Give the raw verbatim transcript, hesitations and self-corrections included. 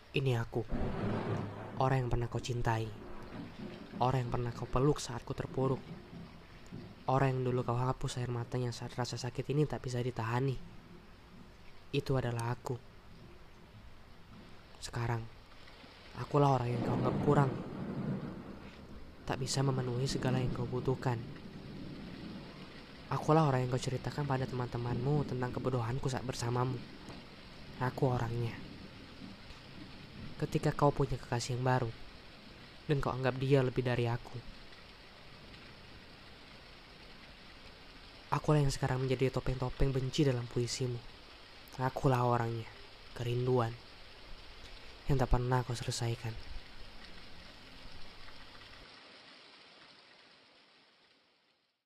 Ini aku, orang yang pernah kau cintai, orang yang pernah kau peluk saat ku terpuruk, orang yang dulu kau hapus air matanya saat rasa sakit ini tak bisa ditahani. Itu adalah aku. Sekarang, akulah orang yang kau anggap kurang, tak bisa memenuhi segala yang kau butuhkan. Akulah orang yang kau ceritakan pada teman-temanmu tentang kebodohanku saat bersamamu. Aku orangnya. Ketika kau punya kekasih yang baru, dan kau anggap dia lebih dari aku. Akulah yang sekarang menjadi topeng-topeng benci dalam puisimu. Akulah orangnya, kerinduan, yang tak pernah kau selesaikan.